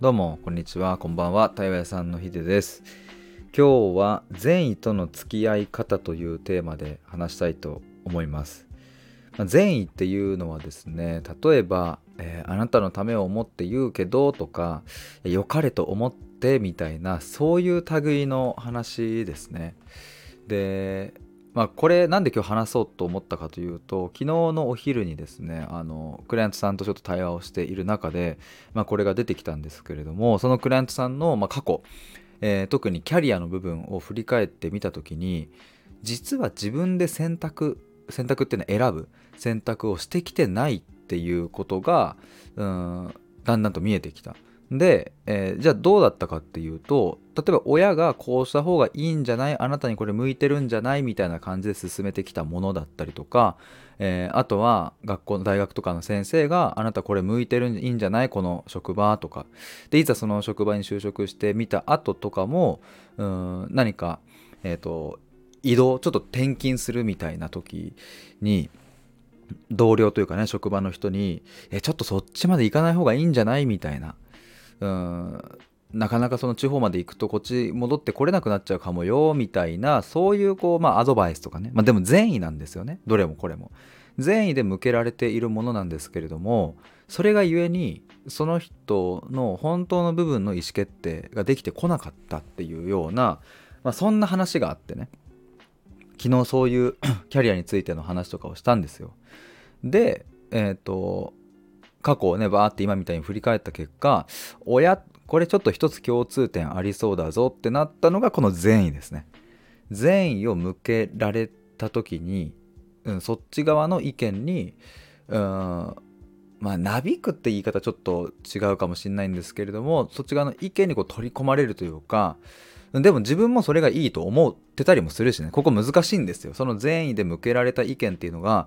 どうもこんにちは、こんばんは。対話屋さんのヒデです。今日は善意との付き合い方というテーマで話したいと思います。善意っていうのはですね、例えば、あなたのためを思って言うけどとか、良かれと思ってみたいな、そういう類の話ですね。で、これなんで今日話そうと思ったかというと、昨日のお昼にですね、クライアントさんとちょっと対話をしている中で、これが出てきたんですけれども、そのクライアントさんの、過去、特にキャリアの部分を振り返ってみた時に、実は自分で選択っていうのは選ぶ選択をしてきてないっていうことがだんだんと見えてきた。で、じゃあどうだったかっていうと、例えば親がこうした方がいいんじゃない、あなたにこれ向いてるんじゃないみたいな感じで進めてきたものだったりとか、あとは学校の大学とかの先生があなたこれ向いてるいいんじゃないこの職場とかで、いざその職場に就職してみた後とかも何か移動ちょっと転勤するみたいな時に、同僚というかね、職場の人にちょっとそっちまで行かない方がいいんじゃないみたいな、なかなかその地方まで行くとこっち戻ってこれなくなっちゃうかもよみたいな、そういうアドバイスとかね、でも善意なんですよね。どれもこれも善意で向けられているものなんですけれども、それがゆえにその人の本当の部分の意思決定ができてこなかったっていうような、そんな話があってね、昨日そういうキャリアについての話とかをしたんですよ。で、過去をねバーって今みたいに振り返った結果、これちょっと一つ共通点ありそうだぞってなったのがこの善意ですね。善意を向けられた時に、そっち側の意見になびくって言い方ちょっと違うかもしれないんですけれども、そっち側の意見に取り込まれるというか、でも自分もそれがいいと思ってたりもするしね。ここ難しいんですよ。その善意で向けられた意見っていうのが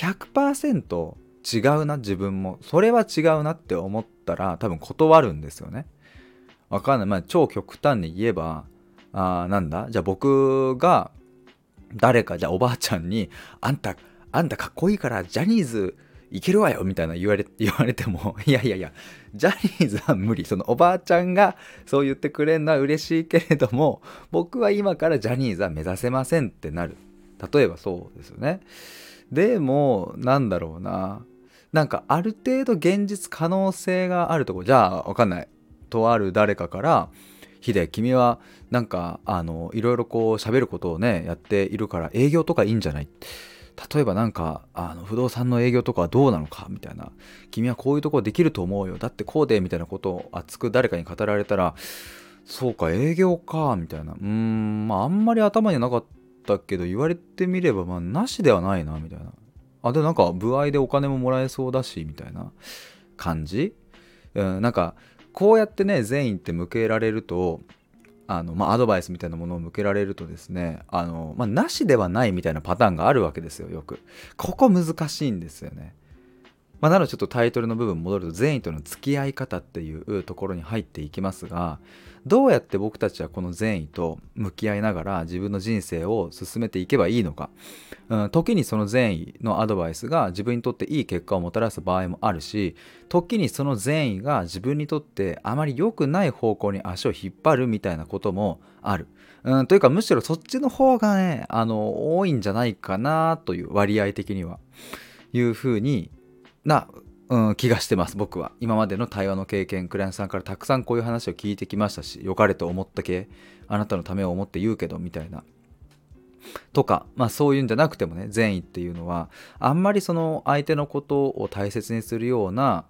100% 違うな、自分もそれは違うなって思ったら多分断るんですよね。わかんない。超極端に言えば、なんだじゃあ僕が誰か、じゃあおばあちゃんにあんたかっこいいからジャニーズいけるわよみたいな言われてもいやいやいや、ジャニーズは無理。そのおばあちゃんがそう言ってくれるのは嬉しいけれども、僕は今からジャニーズは目指せませんってなる。例えばそうですよね。でもなんだろうな、なんかある程度現実可能性があるとこ、じゃあわかんない、とある誰かからヒデ君はなんかいろいろ喋ることをねやっているから営業とかいいんじゃない、例えばなんか不動産の営業とかはどうなのかみたいな、君はこういうところできると思うよ、だってこうでみたいなことを熱く誰かに語られたら、そうか営業かみたいな、あんまり頭になかったけど言われてみればなしではないなみたいな、でなんか歩合でお金ももらえそうだしみたいな感じ。なんかこうやってね善意って向けられると、アドバイスみたいなものを向けられるとですね、なしではないみたいなパターンがあるわけですよ、よく。ここ難しいんですよね。なのでちょっとタイトルの部分戻ると、善意との付き合い方っていうところに入っていきますが、どうやって僕たちはこの善意と向き合いながら自分の人生を進めていけばいいのか。時にその善意のアドバイスが自分にとっていい結果をもたらす場合もあるし、時にその善意が自分にとってあまり良くない方向に足を引っ張るみたいなこともある。というかむしろそっちの方がね多いんじゃないかなという、割合的にはいうふうにな、気がしてます。僕は今までの対話の経験、クライアントさんからたくさんこういう話を聞いてきましたし、良かれと思った系、あなたのためを思って言うけどみたいなとか、そういうんじゃなくてもね、善意っていうのはあんまりその相手のことを大切にするような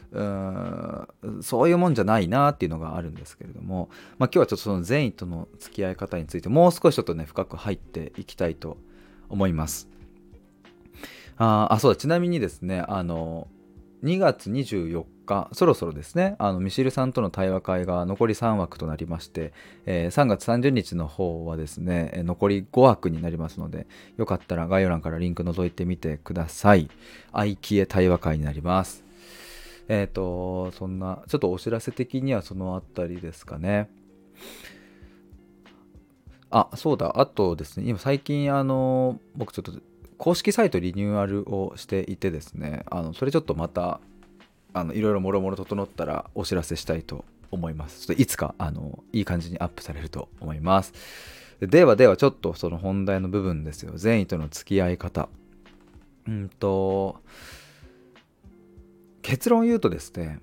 そういうもんじゃないなっていうのがあるんですけれども、今日はちょっとその善意との付き合い方についてもう少しちょっとね深く入っていきたいと思います。そうだ、ちなみにですね、2月24日、そろそろですね、ミシルさんとの対話会が残り3枠となりまして、3月30日の方はですね、残り5枠になりますので、よかったら概要欄からリンク覗いてみてください。愛キエ対話会になります。そんな、ちょっとお知らせ的にはそのあたりですかね。そうだ、あとですね、今最近僕ちょっと公式サイトリニューアルをしていてですね、それちょっとまたいろいろもろもろ整ったらお知らせしたいと思います。ちょっといつかいい感じにアップされると思います。ではちょっとその本題の部分ですよ。善意との付き合い方。結論を言うとですね、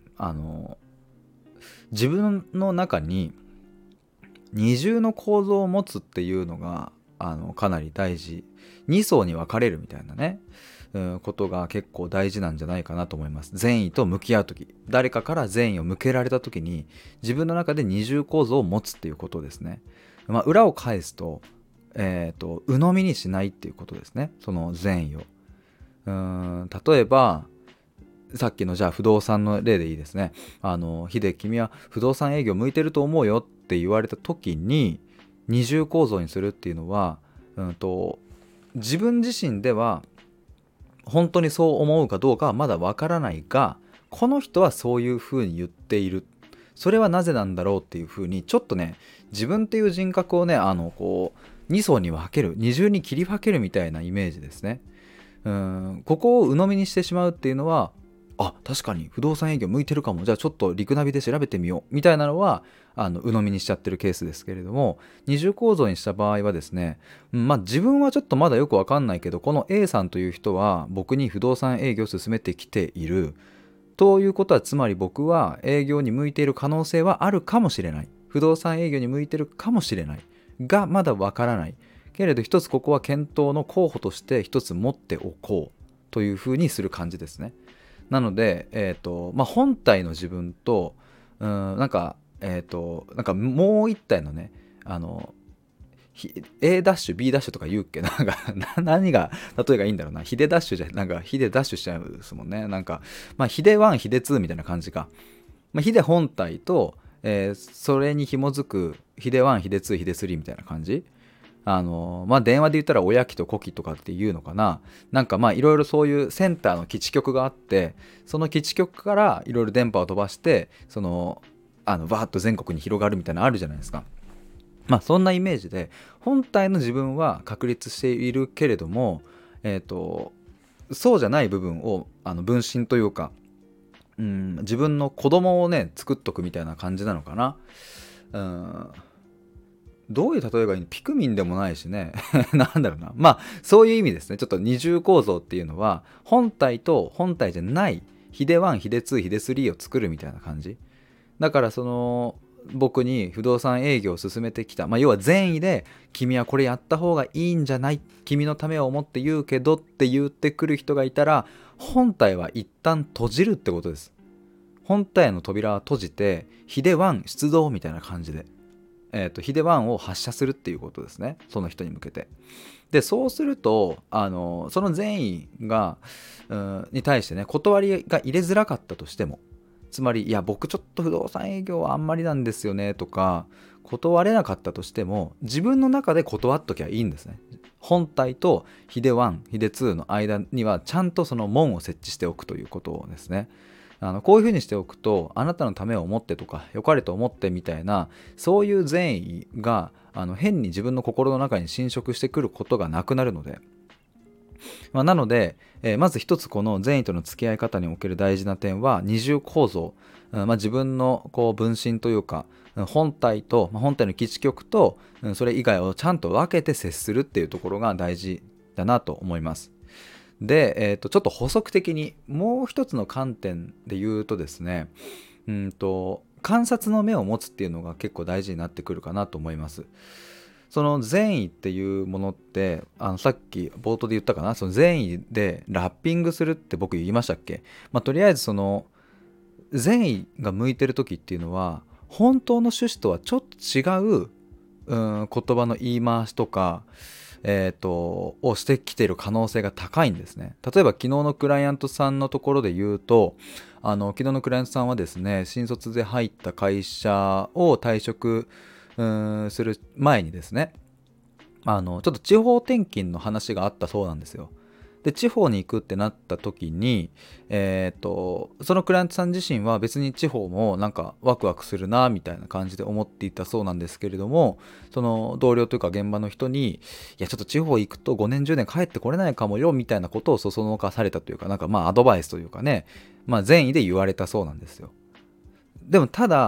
自分の中に二重の構造を持つっていうのがかなり大事。二層に分かれるみたいなね、ことが結構大事なんじゃないかなと思います。善意と向き合う時、誰かから善意を向けられた時に自分の中で二重構造を持つっていうことですね。裏を返すと、鵜呑みにしないっていうことですね。その善意を。例えばさっきのじゃあ不動産の例でいいですね。ヒデ君は不動産営業向いてると思うよって言われた時に二重構造にするっていうのは、自分自身では本当にそう思うかどうかはまだわからないが、この人はそういうふうに言っている。それはなぜなんだろうっていうふうにちょっとね、自分っていう人格をね、二層に分ける、二重に切り分けるみたいなイメージですね。ここを鵜呑みにしてしまうっていうのは、確かに不動産営業向いてるかも、じゃあちょっとリクナビで調べてみようみたいなのは鵜呑みにしちゃってるケースですけれども、二重構造にした場合はですね、自分はちょっとまだよくわかんないけど、この A さんという人は僕に不動産営業を進めてきているということは、つまり僕は営業に向いている可能性はあるかもしれない、不動産営業に向いてるかもしれないが、まだわからないけれど、一つここは検討の候補として一つ持っておこうというふうにする感じですね。なので、本体の自分と、なんかもう一体のね、A ダッシュ B ダッシュとか言うっけなんか何が例えがいいんだろうな。ヒデダッシュじゃなんかヒデダッシュしちゃうですもんね。なんかヒデ1ヒデ2みたいな感じか。ヒデ本体と、それに紐づくヒデ1ヒデ2ヒデ3みたいな感じ。電話で言ったら親機と子機とかっていうのかな。なんかいろいろそういうセンターの基地局があって、その基地局からいろいろ電波を飛ばしてバーッと全国に広がるみたいなのあるじゃないですか。そんなイメージで、本体の自分は確立しているけれども、そうじゃない部分を分身というか、自分の子供をね作っとくみたいな感じなのかな。どういう例えがいいの？ピクミンでもないしねなんだろうな。そういう意味ですね。ちょっと二重構造っていうのは、本体と本体じゃないヒデ1ヒデ2ヒデ3を作るみたいな感じだから、僕に不動産営業を進めてきた、要は善意で君はこれやった方がいいんじゃない、君のためを思って言うけどって言ってくる人がいたら、本体は一旦閉じるってことです。本体の扉は閉じて、ヒデ1出動みたいな感じでヒデ1を発射するっていうことですね。その人に向けて。でそうするとその善意がに対してね、断りが入れづらかったとしても、つまりいや僕ちょっと不動産営業はあんまりなんですよねとか断れなかったとしても、自分の中で断っときゃいいんですね。本体とヒデ1ヒデ2の間にはちゃんとその門を設置しておくということですね。こういうふうにしておくと、あなたのためを思ってとか良かれと思ってみたいな、そういう善意が変に自分の心の中に侵食してくることがなくなるので、なので、まず一つこの善意との付き合い方における大事な点は二重構造、自分の分身というか本体と、本体の基地局とそれ以外をちゃんと分けて接するっていうところが大事だなと思います。で、ちょっと補足的にもう一つの観点で言うとですね、観察の目を持つっていうのが結構大事になってくるかなと思います。その善意っていうものってさっき冒頭で言ったかな、その善意でラッピングするって僕言いましたっけ。とりあえずその善意が向いてる時っていうのは本当の趣旨とはちょっと違う、言葉の言い回しとかをしてきている可能性が高いんですね。例えば昨日のクライアントさんのところで言うと、昨日のクライアントさんはですね、新卒で入った会社を退職する前にですね、ちょっと地方転勤の話があったそうなんですよ。で地方に行くってなった時に、そのクライアントさん自身は別に地方もなんかワクワクするなみたいな感じで思っていたそうなんですけれども、その同僚というか現場の人に、いやちょっと地方行くと5年10年帰ってこれないかもよみたいなことをそそのかされたというか、なんかアドバイスというかね、善意で言われたそうなんですよ。でもただ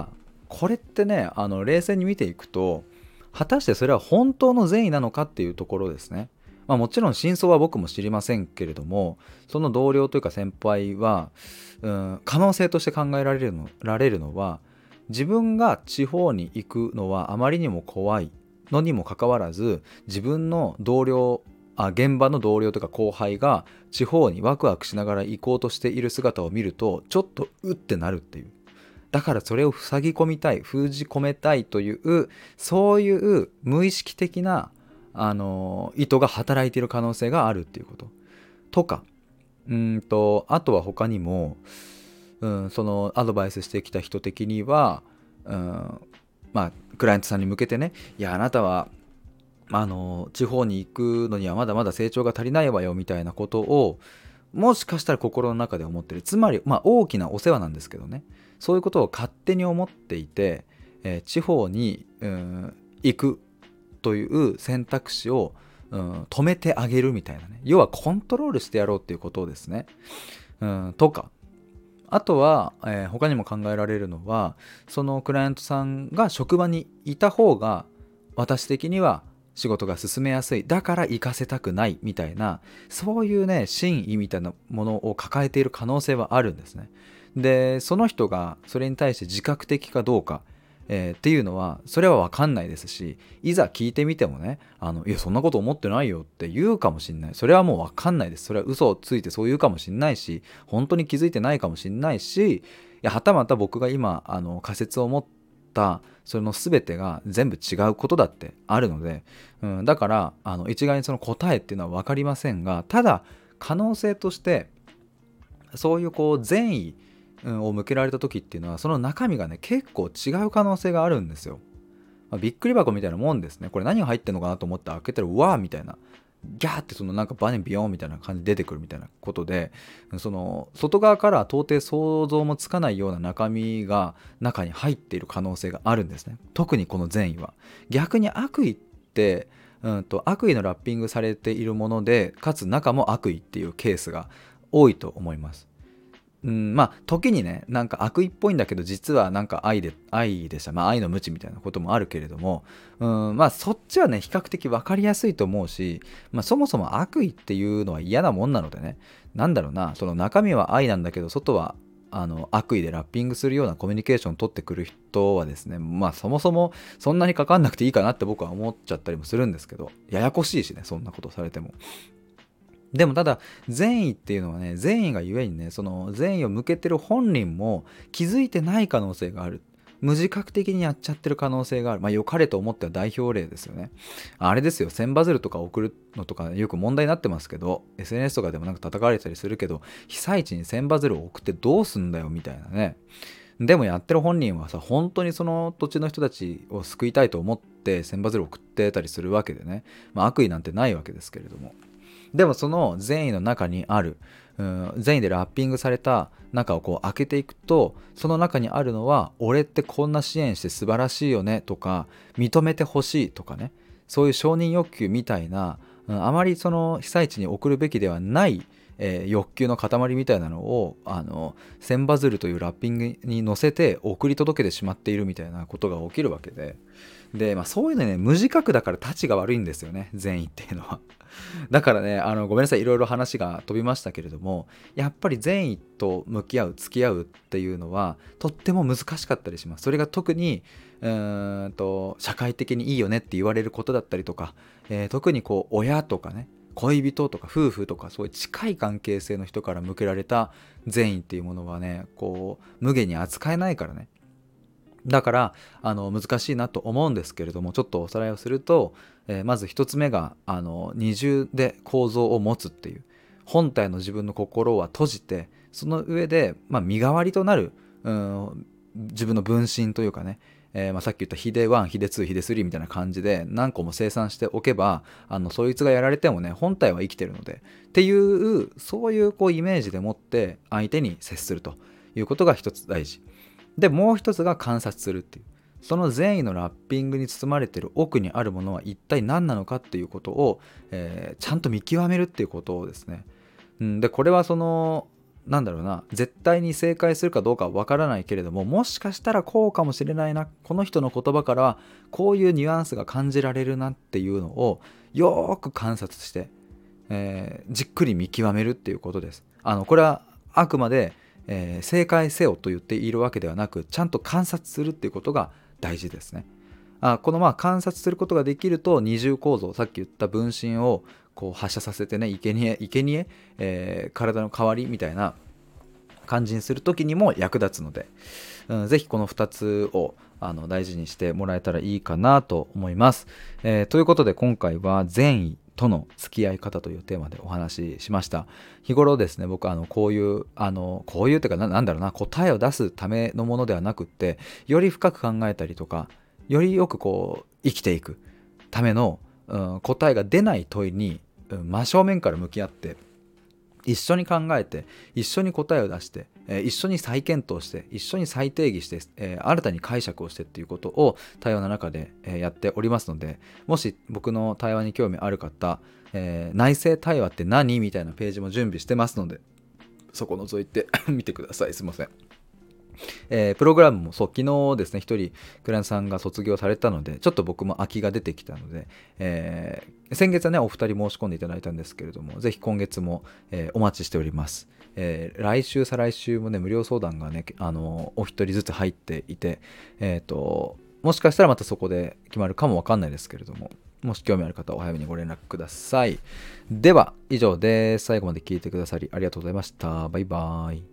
これってね冷静に見ていくと、果たしてそれは本当の善意なのかっていうところですね。もちろん真相は僕も知りませんけれども、その同僚というか先輩は、可能性として考えられるのは、自分が地方に行くのはあまりにも怖いのにもかかわらず、自分の現場の同僚とか後輩が地方にワクワクしながら行こうとしている姿を見ると、ちょっとうってなるっていう。だからそれを塞ぎ込みたい、封じ込めたいという、そういう無意識的な意図が働いている可能性があるっていうこととか、あとは他にも、そのアドバイスしてきた人的には、クライアントさんに向けてね、いやあなたは地方に行くのにはまだまだ成長が足りないわよみたいなことを、もしかしたら心の中で思ってる。つまり大きなお世話なんですけどね、そういうことを勝手に思っていて、地方に行くという選択肢を、止めてあげるみたいなね、要はコントロールしてやろうっていうことをですね、とか、あとは、他にも考えられるのは、そのクライアントさんが職場にいた方が私的には仕事が進めやすい、だから行かせたくないみたいな、そういうね真意みたいなものを抱えている可能性はあるんですね。でその人がそれに対して自覚的かどうか、っていうのはそれは分かんないですし、いざ聞いてみてもね、いやそんなこと思ってないよって言うかもしんない。それはもう分かんないです。それは嘘をついてそう言うかもしんないし、本当に気づいてないかもしんないし、いやはたまた僕が今仮説を持ったその全てが全部違うことだってあるので、だから一概にその答えっていうのは分かりませんが、ただ可能性としてそういう善意を向けられた時っていうのは、その中身がね結構違う可能性があるんですよ。びっくり箱みたいなもんですね。これ何が入ってんのかなと思って開けたら、うわーみたいな、ギャーってそのなんかバネビヨンみたいな感じで出てくるみたいなことで、その外側からは到底想像もつかないような中身が中に入っている可能性があるんですね。特にこの善意は。逆に悪意って、悪意のラッピングされているもので、かつ中も悪意っていうケースが多いと思います。時にねなんか悪意っぽいんだけど実はなんか愛でした、愛の無知みたいなこともあるけれども、そっちはね比較的分かりやすいと思うし、そもそも悪意っていうのは嫌なもんなのでね、なんだろうな、その中身は愛なんだけど外は悪意でラッピングするようなコミュニケーションを取ってくる人はですね、そもそもそんなにかかんなくていいかなって僕は思っちゃったりもするんですけど、ややこしいしね、そんなことされても。でもただ善意っていうのはね、善意がゆえにね、その善意を向けてる本人も気づいてない可能性がある。無自覚的にやっちゃってる可能性がある。良かれと思っては代表例ですよね。あれですよ、千羽鶴とか送るのとかよく問題になってますけど、 SNS とかでもなんか叩かれたりするけど、被災地に千羽鶴を送ってどうすんだよみたいなね。でもやってる本人はさ、本当にその土地の人たちを救いたいと思って千羽鶴を送ってたりするわけでね、悪意なんてないわけですけれども、でもその善意の中にある、善意でラッピングされた中を開けていくと、その中にあるのは、俺ってこんな支援して素晴らしいよねとか、認めてほしいとかね、そういう承認欲求みたいな、あまりその被災地に送るべきではない、欲求の塊みたいなのを千羽鶴というラッピングに乗せて送り届けてしまっているみたいなことが起きるわけで、そういうのね、無自覚だからたちが悪いんですよね、善意っていうのは。だからね、ごめんなさい、いろいろ話が飛びましたけれども、やっぱり善意と向き合う、付き合うっていうのはとっても難しかったりします。それが特に社会的にいいよねって言われることだったりとか、特に親とかね、恋人とか夫婦とか、そういう近い関係性の人から向けられた善意っていうものはね、無限に扱えないからね。だから難しいなと思うんですけれども、ちょっとおさらいをすると、まず一つ目が二重で構造を持つっていう、本体の自分の心は閉じて、その上で、身代わりとなる、自分の分身というかね、さっき言ったヒデ1、ヒデ2、ヒデ3みたいな感じで何個も生産しておけば、そいつがやられてもね、本体は生きてるのでっていう、そういうイメージでもって相手に接するということが一つ大事で、もう一つが観察するっていう、その善意のラッピングに包まれている奥にあるものは一体何なのかっていうことを、ちゃんと見極めるっていうことをですね。でこれはそのなんだろうな、絶対に正解するかどうかはわからないけれども、もしかしたらこうかもしれないな、この人の言葉からはこういうニュアンスが感じられるなっていうのをよーく観察して、じっくり見極めるっていうことです。これはあくまで、正解せよと言っているわけではなく、ちゃんと観察するっていうことが大事ですね。この観察することができると、二重構造、さっき言った分身をこう発射させてね、生贄、体の代わりみたいな感じにするときにも役立つので、ぜひこの2つを大事にしてもらえたらいいかなと思います。ということで今回は善意との付き合い方というテーマでお話ししました。日頃ですね、僕こういうっていうかなんだろうな、答えを出すためのものではなくって、より深く考えたりとか、よりよくこう生きていくための、答えが出ない問いに、真正面から向き合って一緒に考えて、一緒に答えを出して、一緒に再検討して、一緒に再定義して、新たに解釈をしてっていうことを対話の中で、やっておりますので、もし僕の対話に興味ある方、内政対話って何みたいなページも準備してますので、そこ覗いてみてください。すいません。プログラムも昨日ですね、一人クライアントさんが卒業されたので、ちょっと僕も空きが出てきたので、先月はねお二人申し込んでいただいたんですけれども、ぜひ今月も、お待ちしております。来週再来週もね無料相談がねお一人ずつ入っていて、もしかしたらまたそこで決まるかもわかんないですけれども、もし興味ある方はお早めにご連絡ください。では以上です。最後まで聞いてくださりありがとうございました。バイバイ。